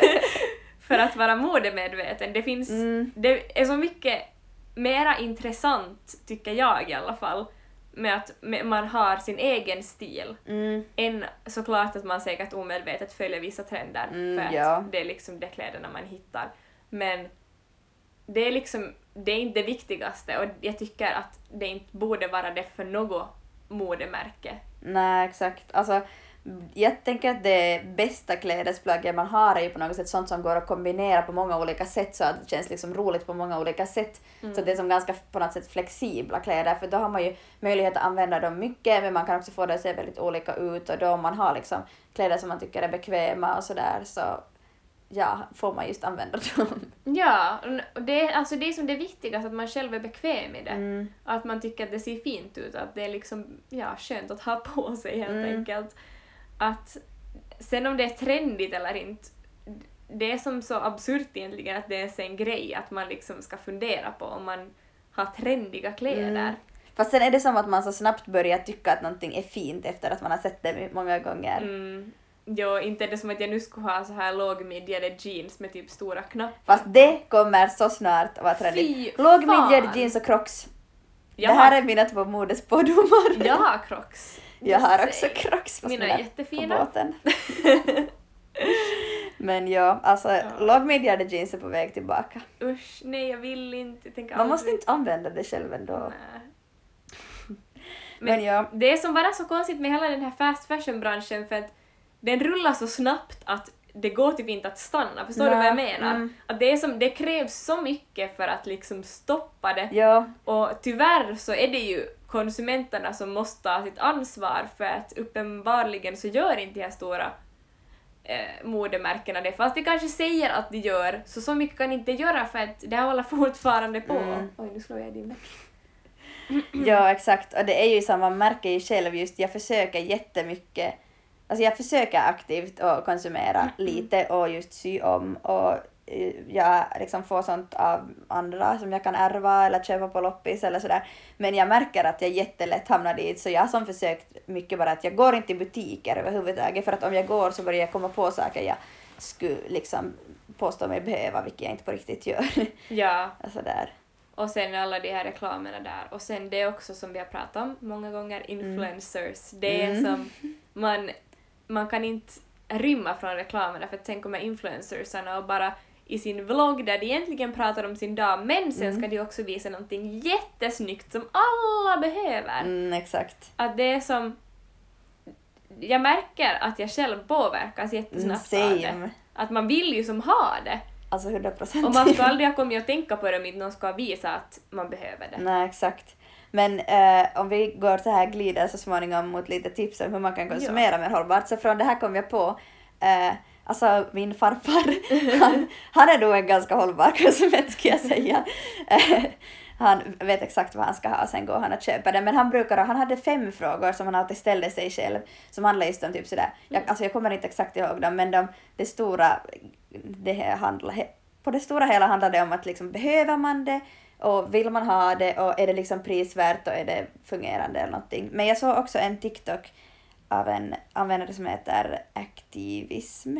för att vara modemedveten. Det finns, det är så mycket mera intressant, tycker jag i alla fall, med att man har sin egen stil än såklart att man säkert omedvetet följer vissa trender för att det är liksom de kläderna man hittar. Men det är liksom, det är inte det viktigaste och jag tycker att det inte borde vara det för något modemärke. Nej, exakt. Alltså jag tänker att det bästa klädesplagget man har är ju på något sätt sånt som går att kombinera på många olika sätt så att det känns liksom roligt på många olika sätt. Så det är som ganska på något sätt flexibla kläder för då har man ju möjlighet att använda dem mycket men man kan också få det att se väldigt olika ut och då om man har liksom kläder som man tycker är bekväma och sådär så ja, får man just använda dem. Ja, och det är som det viktigaste att man själv är bekväm i det. Att man tycker att det ser fint ut, att det är liksom skönt att ha på sig helt enkelt. Att sen om det är trendigt eller inte, det är som så absurt egentligen att det är en grej att man liksom ska fundera på om man har trendiga kläder. Fast sen är det som att man så snabbt börjar tycka att någonting är fint efter att man har sett det många gånger. Ja, inte är det som att jag nu skulle ha så här lågmidjade jeans med typ stora knappar. Fast det kommer så snart att vara trendigt. Lågmidjade jeans och crocs. Det här är mina 2 modespådomar. Jag har crocs. Jag har också crocs fast mina är jättefina på båten. Men ja, alltså lågmidjade jeans är på väg tillbaka. Usch, nej jag vill inte. Man måste inte använda det själv ändå. Nej. Men ja. Det är som bara så konstigt med hela den här fast fashion-branschen för att den rullar så snabbt att det går typ inte att stanna. Förstår du vad jag menar? Att det krävs så mycket för att liksom stoppa det. Ja. Och tyvärr så är det ju konsumenterna som måste ta sitt ansvar för att uppenbarligen så gör inte de här stora modemärkena det. Fast det kanske säger att de gör så mycket kan inte göra för att det håller fortfarande på. Oj, nu slår jag i din. Ja, exakt. Och det är ju som man märker ju själv just, jag försöker jättemycket. Alltså jag försöker aktivt att konsumera lite och just sy om och jag liksom får sånt av andra som jag kan ärva eller köpa på loppis eller sådär. Men jag märker att jag jättelätt hamnar dit, så jag har som försökt mycket bara att jag går inte i butiker överhuvudtaget, för att om jag går så börjar jag komma på saker jag skulle liksom påstå mig behöva, vilket jag inte på riktigt gör. Ja. Alltså där. Och sen alla de här reklamerna där. Och sen det också som vi har pratat om många gånger, influencers. Det är som man kan inte rymma från reklamerna, för att sen kommer influencersarna och bara i sin vlogg där de egentligen pratar om sin dag, men sen ska de också visa någonting jättesnyggt som alla behöver. Exakt. Att det är som... Jag märker att jag själv påverkas jättesnabbt av det. Att man vill ju som ha det. Alltså 100%. Och man ska aldrig ha kommit att tänka på det om inte någon ska visa att man behöver det. Nej, exakt. Men om vi går så här glider så småningom mot lite tips om hur man kan konsumera mer hållbart. Så från det här kom jag på, alltså min farfar, han är nog en ganska hållbar konsument, ska jag säga. Han vet exakt vad han ska ha och sen går han och köper det. Men han hade 5 frågor som han alltid ställde sig själv, som handlar just om typ sådär. Jag kommer inte exakt ihåg dem, men på det stora hela handlar det om att liksom, behöver man det och vill man ha det och är det liksom prisvärt och är det fungerande eller någonting. Men jag såg också en TikTok av en användare som heter aktivism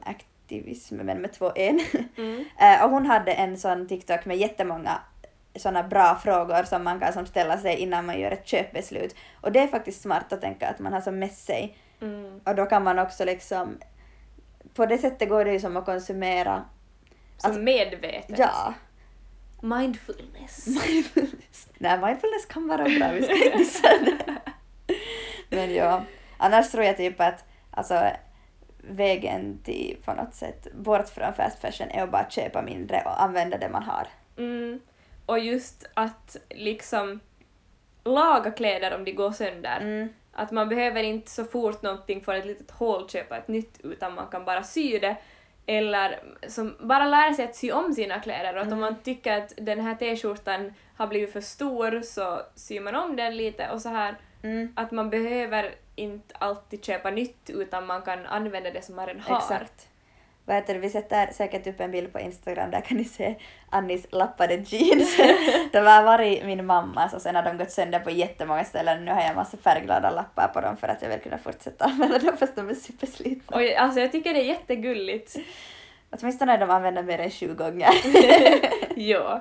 men med 2 n. Och hon hade en sån TikTok med jättemånga såna bra frågor som man kan som ställa sig innan man gör ett köpbeslut. Och det är faktiskt smart att tänka att man har som med sig. Och då kan man också liksom, på det sättet går det ju som att konsumera. Som alltså, medvetet. Ja. Mindfulness. Nej, mindfulness kan vara bra, vi ska inte säga det. Men ja, annars tror jag typ att alltså, vägen till på något sätt bort från fast fashion är att bara köpa mindre och använda det man har. Och just att liksom laga kläder om de går sönder. Att man behöver inte så fort någonting för ett litet hål köpa ett nytt, utan man kan bara sy det. Eller som bara lära sig att sy om sina kläder. Och att om man tycker att den här t-skjortan har blivit för stor så syr man om den lite och så här. Att man behöver inte alltid köpa nytt, utan man kan använda det som man redan har. Exakt. Vi sätter säkert upp en bild på Instagram, där kan ni se Annis lappade jeans. De har varit min mammas och sen har de gått sönder på jättemånga ställen. Nu har jag en massa färgglada lappar på dem för att jag vill kunna fortsätta använda dem fast de är superslitna. Och alltså jag tycker det är jättegulligt. Åtminstone när de använder mer än 20 gånger. Ja.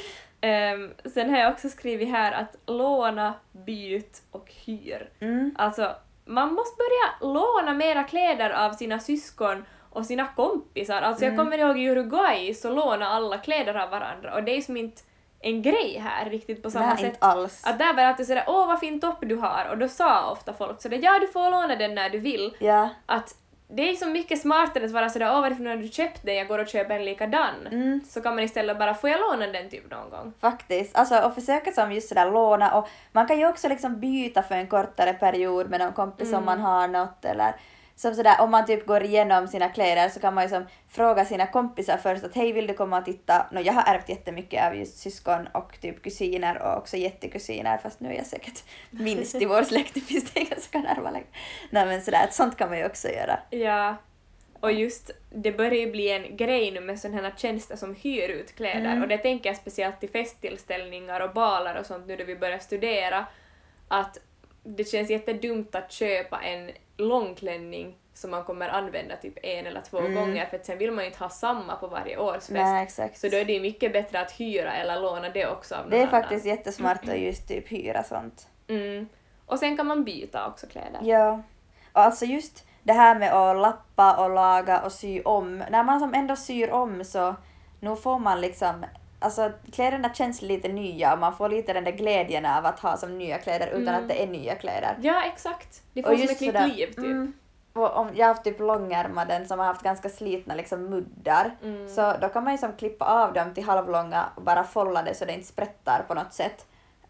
Sen har jag också skrivit här att låna, byt och hyr. Alltså man måste börja låna mera kläder av sina syskon och sina kompisar. Alltså jag kommer ihåg i Uruguay så låna alla kläder av varandra, och det är som inte en grej här riktigt på samma sätt. Inte alls. Att där var alltid sådär, vad fin topp du har, och då sa ofta folk sådär, ja du får låna den när du vill. Ja. Att det är så mycket smartare att vara sådär, varför när du köpt den, jag går och köper en likadan. Så kan man istället bara, får jag låna den typ någon gång? Faktiskt, alltså och försöka som just sådär låna, och man kan ju också liksom byta för en kortare period med någon kompis om man har något, eller som sådär, om man typ går igenom sina kläder så kan man ju som fråga sina kompisar först att hej, vill du komma och titta? Jag har ärvt jättemycket av just syskon och typ kusiner och också jättekusiner, fast nu är jag säkert minst i vår släkt, det finns det ingen som kan ärva längre. Nej men sådär, ett sånt kan man ju också göra. Ja, och just det börjar ju bli en grej nu med sådana här tjänster som hyr ut kläder, och det tänker jag speciellt till festtillställningar och balar och sånt nu då vi börjar studera, att det känns jättedumt att köpa en långklänning som man kommer använda typ 1 eller 2 gånger, för att sen vill man ju inte ha samma på varje årsfest. Nej, exakt. Så då är det mycket bättre att hyra eller låna det också av någon Det är annan. faktiskt jättesmart att just typ hyra sånt. Och sen kan man byta också kläder. Ja, och alltså just det här med att lappa och laga och sy om. När man som ändå syr om så nu får man liksom, alltså kläderna känns lite nya och man får lite den där glädjen av att ha som nya kläder utan att det är nya kläder. Ja, exakt. Det får som ett nytt liv typ. Och om jag har haft typ långärmade som har haft ganska slitna liksom muddar, så då kan man ju som klippa av dem till halvlånga och bara folla det så det inte sprättar på något sätt.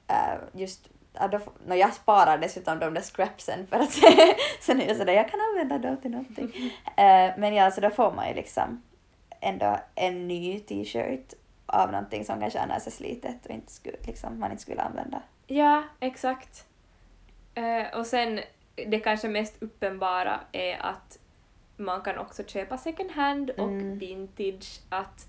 Jag sparar dessutom de där scrapsen för att sen är jag sådär, jag kan använda dem till någonting. Men ja, så då får man ju liksom ändå en ny t-shirt av någonting som kanske annars är slitet och inte skulle, liksom, man inte skulle använda. Ja, exakt. Och sen det kanske mest uppenbara är att man kan också köpa second hand och vintage. Att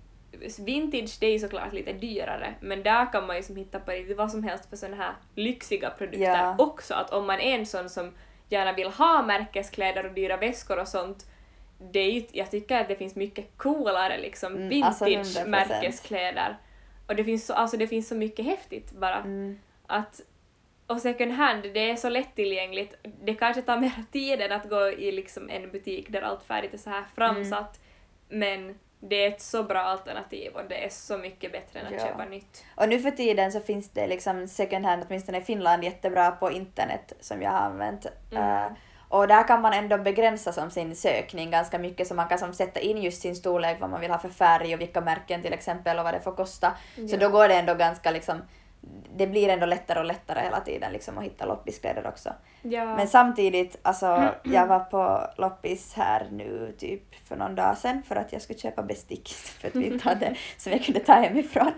vintage det är ju såklart lite dyrare, men där kan man ju som hitta på det vad som helst för såna här lyxiga produkter också. Att om man är en sån som gärna vill ha märkeskläder och dyra väskor och sånt, det är ju, jag tycker att det finns mycket coolare liksom vintage märkeskläder. Och det finns så mycket häftigt bara. Att, och second hand, det är så lättillgängligt. Det kanske tar mer tid än att gå i liksom en butik där allt färdigt är så här framsatt. Men det är ett så bra alternativ och det är så mycket bättre än att köpa nytt. Och nu för tiden så finns det liksom second hand, åtminstone i Finland, jättebra på internet som jag har använt. Och där kan man ändå begränsa som sin sökning ganska mycket, så man kan som sätta in just sin storlek, vad man vill ha för färg och vilka märken till exempel och vad det får kosta. Så då går det ändå ganska liksom, det blir ändå lättare och lättare hela tiden liksom att hitta loppiskläder också. Ja. Men samtidigt, alltså jag var på loppis här nu typ för någon dag sedan för att jag skulle köpa bestick för att vi inte hade som jag kunde ta hemifrån.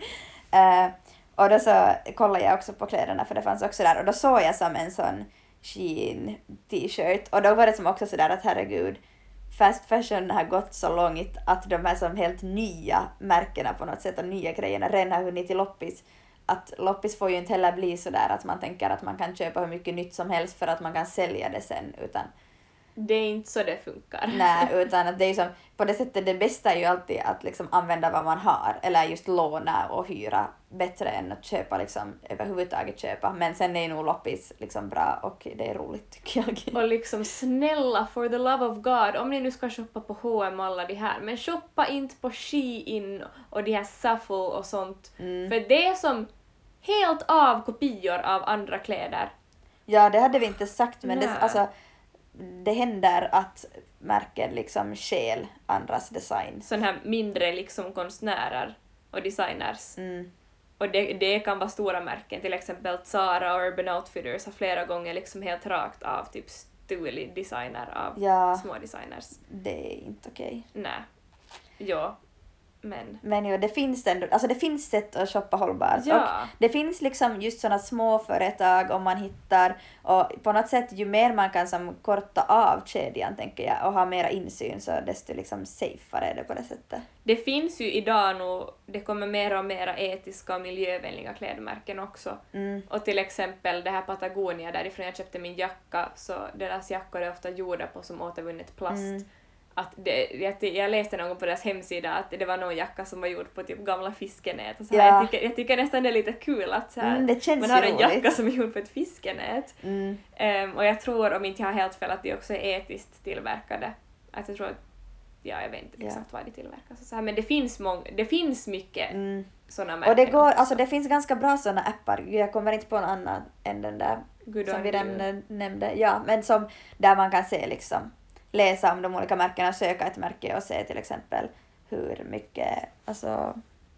Och då så kollade jag också på kläderna för det fanns också där, och då såg jag som en sån Shein t-shirt, och då var det som också sådär att herregud, fast fashion har gått så långt att de här som helt nya märkena på något sätt och nya grejerna redan har hunnit till loppis. Att loppis får ju inte heller bli sådär att man tänker att man kan köpa hur mycket nytt som helst för att man kan sälja det sen, utan det är inte så det funkar. Nej, utan att det är som, på det sättet det bästa är ju alltid att liksom använda vad man har, eller just låna och hyra, bättre än att köpa liksom överhuvudtaget köpa. Men sen är nog loppis liksom bra och det är roligt tycker jag. Och liksom snälla, for the love of God, om ni nu ska shoppa på H&M alla de här, men shoppa inte på Shein och de här Safo och sånt. För det är som helt avkopior av andra kläder. Ja, det hade vi inte sagt, men det, alltså, det händer att märken liksom stjäl andras design. Sån här mindre liksom konstnärer och designers. Och det kan vara stora märken, till exempel Zara och Urban Outfitters har flera gånger liksom helt rakt av typ stulit designer av små designers. Det är inte okej. Nej. Ja. Men ju, det finns ändå, alltså det finns sätt att shoppa hållbart. Ja. Och det finns liksom just sådana små företag om man hittar, och på något sätt ju mer man kan som korta av kedjan tänker jag och ha mera insyn, så desto liksom safeare är det på det sättet. Det finns ju idag nu, det kommer mer och mer etiska och miljövänliga klädmärken också. Och till exempel det här Patagonia därifrån jag köpte min jacka, så deras jackor är ofta gjorda på som återvunnet plast. Att jag läste någon gång på deras hemsida att det var någon jacka som var gjord på typ gamla fiskenät. Och så här, jag tycker nästan det är lite kul att så här, man har en jacka som är gjord på ett fiskenät. Och jag tror, om inte jag har helt fel, att de också är etiskt tillverkade. Att jag tror att, jag vet inte exakt vad de tillverkas. Så här, men det finns mycket sådana märken. Och det går, alltså det finns ganska bra sådana appar. Jag kommer inte på någon annan än den där som vi nämnde. Ja, men som där man kan se liksom, läsa om de olika märkena, söka ett märke och se till exempel hur mycket, alltså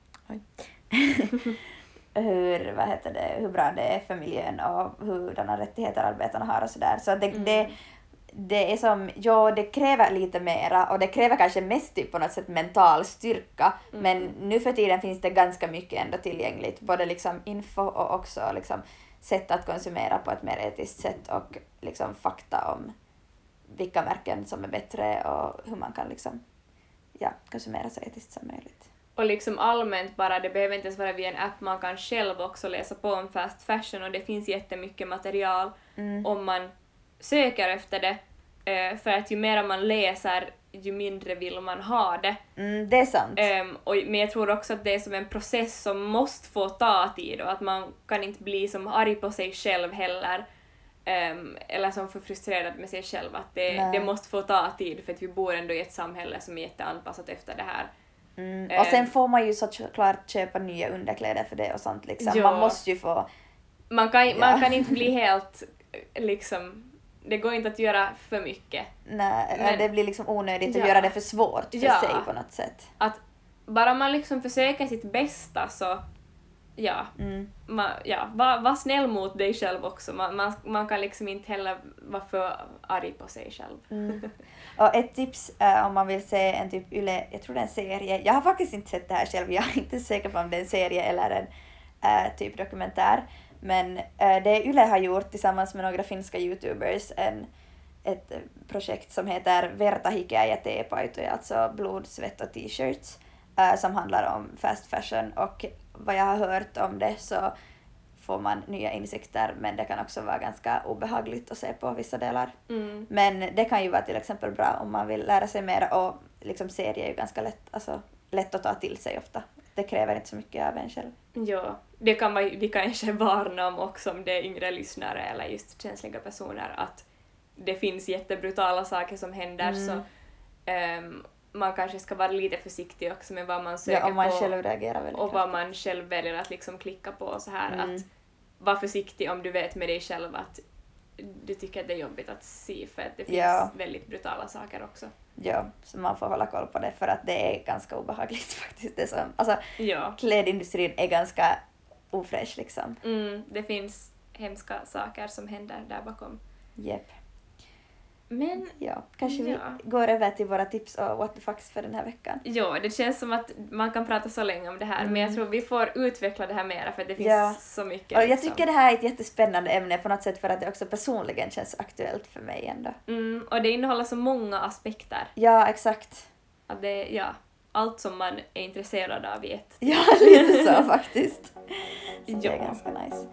hur bra det är för miljön och hurdana rättigheter arbetarna har och sådär. Så det är som, det kräver lite mera och det kräver kanske mest typ på något sätt mental styrka, men nu för tiden finns det ganska mycket ändå tillgängligt, både liksom info och också liksom sätt att konsumera på ett mer etiskt sätt och liksom fakta om vilka märken som är bättre och hur man kan liksom, konsumera så etiskt som möjligt. Och liksom allmänt bara, det behöver inte ens vara via en app, man kan själv också läsa på om fast fashion och det finns jättemycket material om man söker efter det. För att ju mer man läser, ju mindre vill man ha det. Det är sant. Men jag tror också att det är som en process som måste få ta tid och att man kan inte bli som arg på sig själv heller. Eller som för frustrerad med sig själv, att det måste få ta tid för att vi bor ändå i ett samhälle som är jätteanpassat efter det här. Och sen får man ju såklart köpa nya underkläder för det och sånt liksom. Man måste ju få... Man kan inte bli helt liksom, det går inte att göra för mycket. Nej, det blir liksom onödigt att göra det för svårt för sig på något sätt. Att bara man liksom försöker sitt bästa så var snäll mot dig själv också. Man kan liksom inte heller vara för arg på sig själv. Och ett tips om man vill se en typ jag tror det är en serie. Jag har faktiskt inte sett det här själv. Jag är inte säker på om det är en serie eller en typ dokumentär. Men det Yle har gjort tillsammans med några finska YouTubers ett projekt som heter Verta, hikeä ja teepaitoja, alltså blod, svett och t-shirts, som handlar om fast fashion, och vad jag har hört om det så får man nya insikter, men det kan också vara ganska obehagligt att se på vissa delar. Men det kan ju vara till exempel bra om man vill lära sig mer, och liksom serie är ju ganska lätt att ta till sig ofta. Det kräver inte så mycket av en själv. Ja, det kan vi kanske varna om också om det är yngre lyssnare eller just känsliga personer, att det finns jättebrutala saker som händer, så man kanske ska vara lite försiktig också med vad man söker om man på själv reagerar väldigt och vad man själv väljer att liksom klicka på och så här, att vara försiktig om du vet med dig själv att du tycker att det är jobbigt att se, för att det finns väldigt brutala saker också. Ja, så man får hålla koll på det, för att det är ganska obehagligt faktiskt. Det som, alltså, klädindustrin är ganska ofräsch liksom. Det finns hemska saker som händer där bakom. Japp. Men kanske vi går över till våra tips och what the fucks för den här veckan. Ja, det känns som att man kan prata så länge om det här, men jag tror vi får utveckla det här mera, för det finns så mycket. Och jag tycker det här är ett jättespännande ämne på något sätt, för att det också personligen känns aktuellt för mig ändå. Och det innehåller så många aspekter. Ja, exakt. Att det, allt som man är intresserad av i ett. Ja, lite så faktiskt. Så det är ganska nice.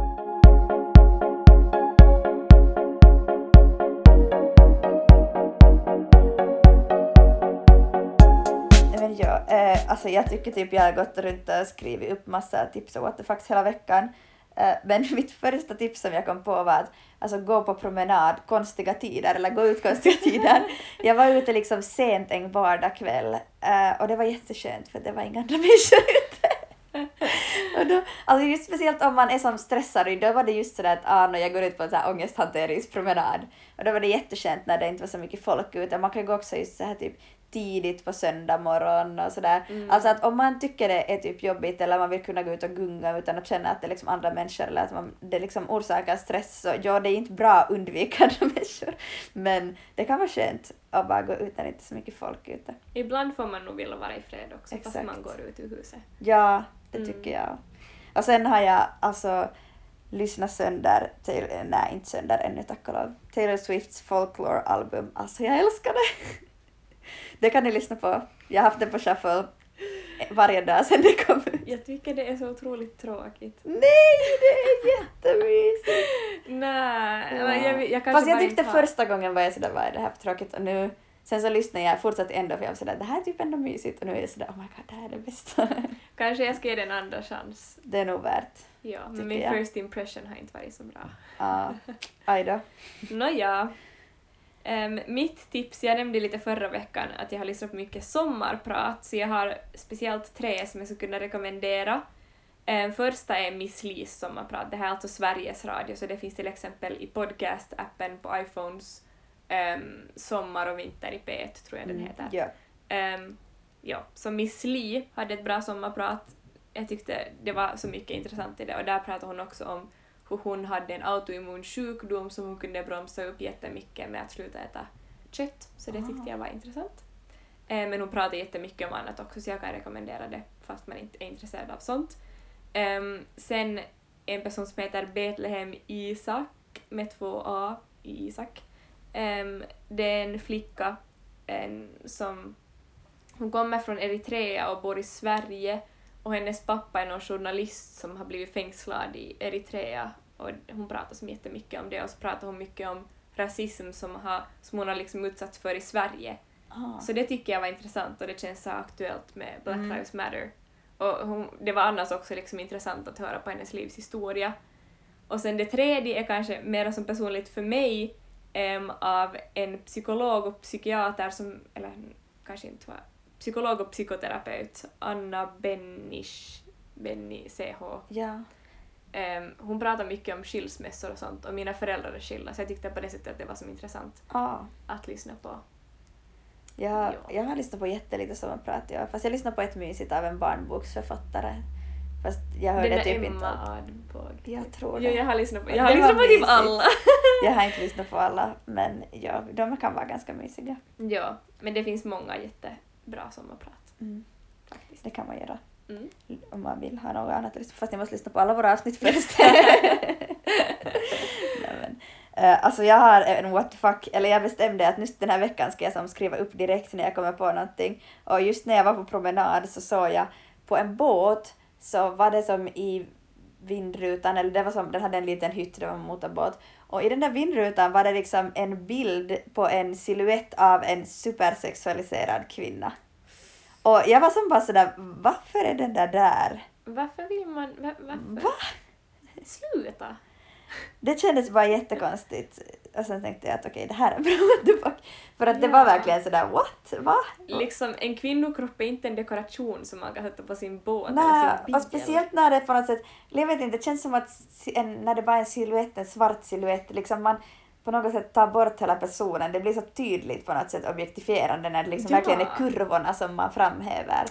Alltså jag tycker typ jag har gått runt och skrivit upp massa tips och what the fucks hela veckan. Men mitt första tips som jag kom på var att alltså, gå på promenad konstiga tider, eller gå ut konstiga tider. Jag var ute liksom sent en vardagkväll och det var jätteskönt, för det var inga andra människor ute. Och då, alltså just speciellt om man är som stressad, då var det just sådär att när jag går ut på en sån här ångesthanteringspromenad, och då var det jätteskönt när det inte var så mycket folk ute. Man kan gå också just så här typ tidigt på söndag morgon och sådär. Alltså att om man tycker det är typ jobbigt, eller man vill kunna gå ut och gunga utan att känna att det är liksom andra människor, eller att det liksom orsakar stress, så det är inte bra att undvika andra människor. Men det kan vara skönt att bara gå ut när det inte är så mycket folk ute. Ibland får man nog vilja vara i fred också, fast man går ut ur huset. Ja, det tycker jag. Och sen har jag alltså lyssnat sönder till, nej inte sönder ännu tack och lov, Taylor Swifts Folklore-album. Alltså jag älskar det. Det kan ni lyssna på. Jag har haft det på shuffle varje dag sedan det kom ut. Jag tycker det är så otroligt tråkigt. Nej, det är jättemysigt. Nej, jag kanske fast jag tyckte första gången var jag sådär, vad är det här för tråkigt? Och nu, sen så lyssnade jag fortsatt ändå, för jag var sådär, det här är typ ändå mysigt. Och nu är jag sådär, oh my god, det här är det bästa. Kanske jag ska ge det en andra chans. Det är nog värt. Ja, men min first impression har inte varit så bra. Ja, aj då. Nåja. Mitt tips, jag nämnde lite förra veckan att jag har lyssnat på mycket sommarprat, så jag har speciellt 3 som jag skulle kunna rekommendera. Första är Miss Lis sommarprat. Det här är alltså Sveriges Radio, så det finns till exempel i podcast-appen på iPhones. Sommar och vinter i P1 tror jag den heter. Ja, så Miss Li hade ett bra sommarprat. Jag tyckte det var så mycket intressant i det, och där pratade hon också om hur hon hade en autoimmun sjukdom som hon kunde bromsa upp jättemycket med att sluta äta kött. Så det tyckte jag var intressant. Men hon pratade jättemycket om annat också, så jag kan rekommendera det fast man inte är intresserad av sånt. Sen en person som heter Betlehem Isak med 2 A i Isak. Det är en flicka som hon kommer från Eritrea och bor i Sverige. Och hennes pappa är någon journalist som har blivit fängslad i Eritrea. Och hon pratar så jättemycket om det. Och så pratar hon mycket om rasism som hon har liksom utsatts för i Sverige. Så det tycker jag var intressant, och det känns så aktuellt med Black Lives Matter. Och det var annars också liksom intressant att höra på hennes livshistoria. Och sen det tredje är kanske mer som personligt för mig av en psykolog och psykiater som, eller kanske inte var psykolog och psykoterapeut, Anna Benny CH. Ja. Hon pratar mycket om skilsmässor och sånt, och mina föräldrar är skilda, så jag tyckte på det sättet att det var så intressant att lyssna på. Jag har lyssnat på jättelite sommarprat, fast jag lyssnade på ett mysigt av en barnboksförfattare. Fast jag hörde den typ Emma inte allt. Adbåg. Jag tror det. det. Jag har lyssnat på typ alla. Jag har inte lyssnat på alla, men ja, de kan vara ganska mysiga. Ja, men det finns många jättebra sommarprat. Faktiskt. Det kan man göra. Om man vill ha något annat att lyssna på. Fast jag måste lyssna på alla våra avsnitt först. Nej, men, alltså jag har en what the fuck, eller jag bestämde att just den här veckan ska jag som skriva upp direkt när jag kommer på någonting. Och just när jag var på promenad så såg jag på en båt så var det som i vindrutan, eller det var som, den hade en liten hytt, det var en motorbåt. Och i den där vindrutan var det liksom en bild på en silhuett av en supersexualiserad kvinna. Och jag var som bara sådär, varför är den där? Varför vill man... Varför? Va? Sluta! Det kändes bara jättekonstigt. Och sen tänkte jag att okej, det här är bra what the fuck. För att det var verkligen sådär, what? Va? Liksom en kvinnokropp är inte en dekoration som man kan sätta på sin båt Nej, eller sin bil. och speciellt när det på något sätt, jag vet inte, det känns som att när det bara är en silhuett, en svart silhuett, liksom man på något sätt tar bort hela personen. Det blir så tydligt på något sätt objektifierande när det liksom verkligen är kurvorna som man framhäver.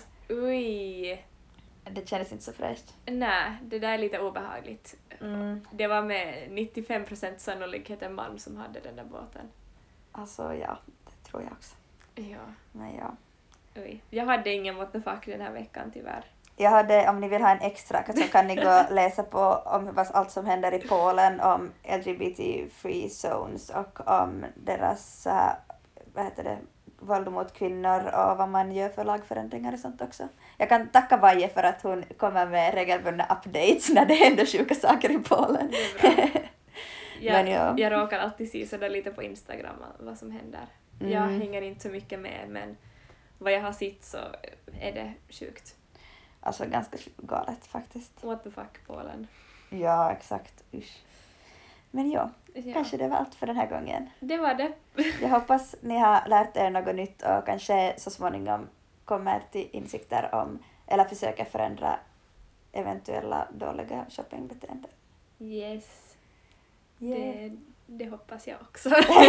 Oj. Det kändes inte så fräscht. Nej, det där är lite obehagligt. Mm. Det var med 95% sannolikhet en man som hade den där båten. Alltså ja, det tror jag också. Ja. Men ja. Oj. Jag hade ingen what the fuck den här veckan tyvärr. Jag hade, om ni vill ha en extra så kan ni gå och läsa på om allt som händer i Polen, om LGBT-free zones och om deras vad heter det, våld mot kvinnor och vad man gör för lagförändringar och sånt också. Jag kan tacka Vaje för att hon kommer med regelbundna updates när det händer sjuka saker i Polen. Det är bra. Men ja. Jag råkar alltid se sådär lite på Instagram vad som händer. Jag hänger inte så mycket med, men vad jag har sett så är det sjukt. Alltså ganska galet faktiskt. What the fuck, Polen. Ja, exakt. Usch. Men ja, kanske det var allt för den här gången. Det var det. Jag hoppas ni har lärt er något nytt och kanske så småningom kommer till insikter om eller försöker förändra eventuella dåliga shoppingbeteenden. Yes. Yeah. Det hoppas jag också.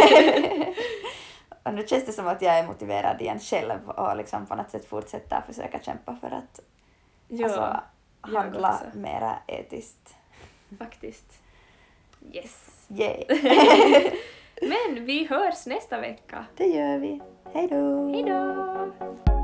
Och nu känns det som att jag är motiverad igen själv och liksom på något sätt fortsätta försöka kämpa för att Ja, handla mera etiskt. Faktiskt. Yes. Yay! Men vi hörs nästa vecka. Det gör vi. Hej då! Hej då!